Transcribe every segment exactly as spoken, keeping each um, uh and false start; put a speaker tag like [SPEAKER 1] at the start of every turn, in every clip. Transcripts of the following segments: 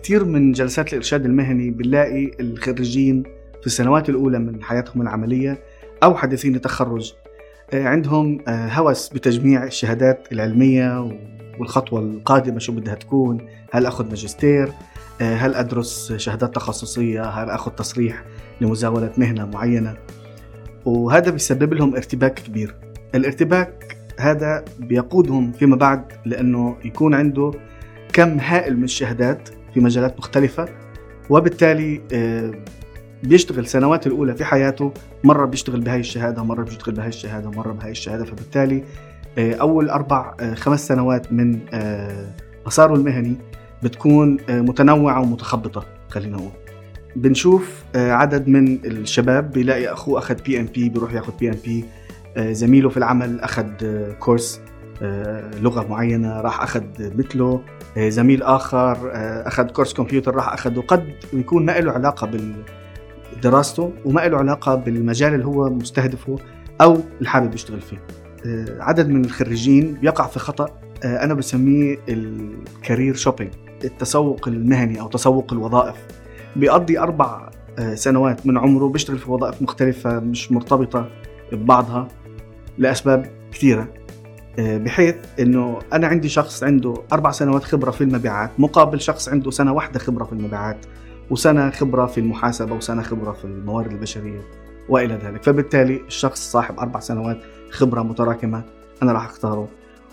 [SPEAKER 1] كتير من جلسات الإرشاد المهني بنلاقي الخريجين في السنوات الأولى من حياتهم العملية أو حديثين التخرج عندهم هوس بتجميع الشهادات العلمية والخطوة القادمة شو بدها تكون. هل أخذ ماجستير؟ هل أدرس شهادات تخصصية؟ هل أخذ تصريح لمزاولة مهنة معينة؟ وهذا بيسبب لهم ارتباك كبير. الارتباك هذا بيقودهم فيما بعد لأنه يكون عنده كم هائل من الشهادات في مجالات مختلفة، وبالتالي بيشتغل سنوات الأولى في حياته مرة بيشتغل بهاي الشهادة، مرة بيشتغل بهاي الشهادة، مرة بهاي الشهادة. فبالتالي أول أربع خمس سنوات من مساره المهني بتكون متنوعة ومتخبطة. خلينا نقول بنشوف عدد من الشباب بيلاقي أخوه أخذ بي إم بي بيروح يأخذ بي إم بي، زميله في العمل أخذ كورس لغة معينة راح أخذ مثله، زميل آخر أخذ كورس كمبيوتر راح أخذه. قد يكون ما له علاقة بدراسته وما له علاقة بالمجال اللي هو مستهدفه أو الحابب يشتغل فيه. عدد من الخريجين بيقع في خطأ أنا بسميه الكارير شوبينج، التسوق المهني أو تسوق الوظائف. بيقضي أربع سنوات من عمره بيشتغل في وظائف مختلفة مش مرتبطة ببعضها لأسباب كثيرة، بحيث أنه أنا عندي شخص عنده أربع سنوات خبرة في المبيعات مقابل شخص عنده سنة واحدة خبرة في المبيعات وسنة خبرة في المحاسبة وسنة خبرة في الموارد البشرية وإلى ذلك. فبالتالي الشخص صاحب أربع سنوات خبرة متراكمة أنا راح أختاره،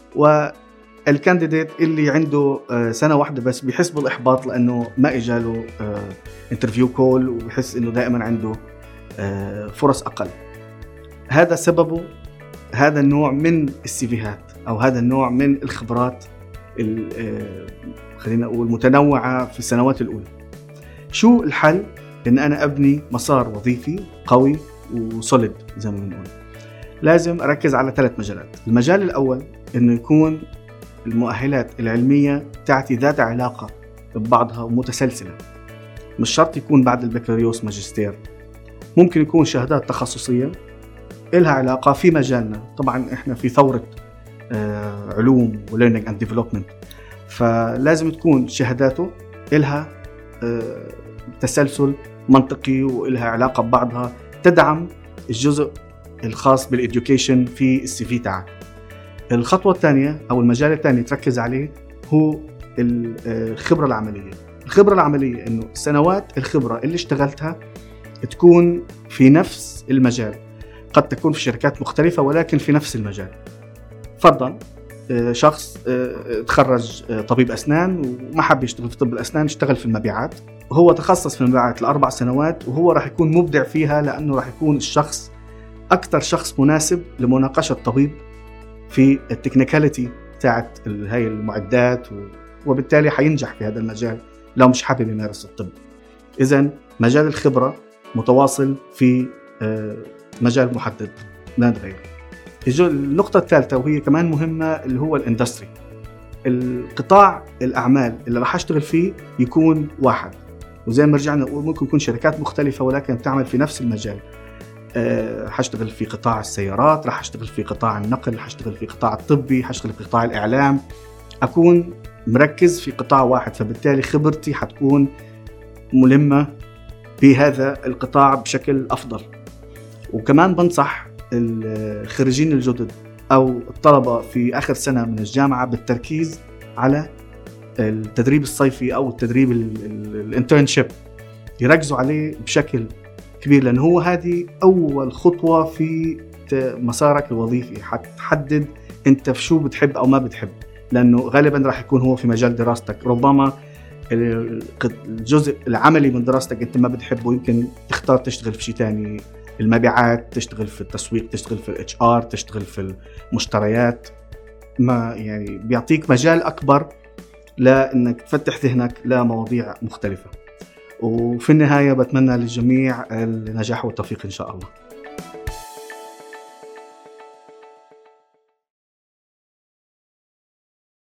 [SPEAKER 1] والكانديديت اللي عنده سنة واحدة بس بيحس بالإحباط لأنه ما إجاله انترفيو كول وبيحس أنه دائما عنده فرص أقل. هذا سببه هذا النوع من السيفيهات أو هذا النوع من الخبرات خلينا نقول متنوعة في السنوات الأولى. شو الحل؟ إن أنا أبني مسار وظيفي قوي وسوليد زي ما بنقول. لازم أركز على ثلاث مجالات. المجال الأول إنه يكون المؤهلات العلمية تاعتي ذات علاقة ببعضها ومتسلسلة، مش شرط يكون بعد البكالوريوس ماجستير، ممكن يكون شهادات تخصصية إلها علاقة في مجالنا. طبعا إحنا في ثورة آه علوم وليرنينج أند ديفلوبمنت، فلازم تكون شهاداته إلها آه تسلسل منطقي وإلها علاقة ببعضها تدعم الجزء الخاص بالإديوكيشن في السي في تاعك. الخطوة الثانية أو المجال الثاني تركز عليه هو الخبرة العملية. الخبرة العملية إنه سنوات الخبرة اللي اشتغلتها تكون في نفس المجال، قد تكون في شركات مختلفة ولكن في نفس المجال. فرضاً شخص تخرج طبيب أسنان وما حب يشتغل في طب الأسنان، اشتغل في المبيعات، وهو تخصص في المبيعات لأربع سنوات وهو راح يكون مبدع فيها لأنه راح يكون الشخص أكثر شخص مناسب لمناقشة طبيب في التكنيكاليتي تاعت هاي المعدات، وبالتالي حينجح في هذا المجال لو مش حابب يمارس الطب. إذن مجال الخبرة متواصل في مجال محدد لا نتغير. النقطة الثالثة وهي كمان مهمة اللي هو الاندستري. القطاع الأعمال اللي راح أشتغل فيه يكون واحد، وزي ما رجعنا نقول ممكن يكون شركات مختلفة ولكن تعمل في نفس المجال. أه حاشتغل في قطاع السيارات، راح أشتغل في قطاع النقل، حاشتغل في قطاع الطبي، حاشتغل في قطاع الإعلام. أكون مركز في قطاع واحد، فبالتالي خبرتي حتكون ملمة بهذا القطاع بشكل أفضل. وكمان بنصح الخريجين الجدد أو الطلبة في آخر سنة من الجامعة بالتركيز على التدريب الصيفي أو التدريب الانترنشيب، يركزوا عليه بشكل كبير لأنه هو هذه أول خطوة في مسارك الوظيفي. حتحدد أنت في شو بتحب أو ما بتحب، لأنه غالبا راح يكون هو في مجال دراستك. ربما الجزء العملي من دراستك أنت ما بتحبه، يمكن تختار تشتغل في شيء تاني، المبيعات، تشتغل في التسويق، تشتغل في الاتش ار، تشتغل في المشتريات. ما يعني بيعطيك مجال أكبر لأنك تفتح ذهنك لمواضيع مختلفة. وفي النهاية بتمنى للجميع النجاح والتوفيق إن شاء الله.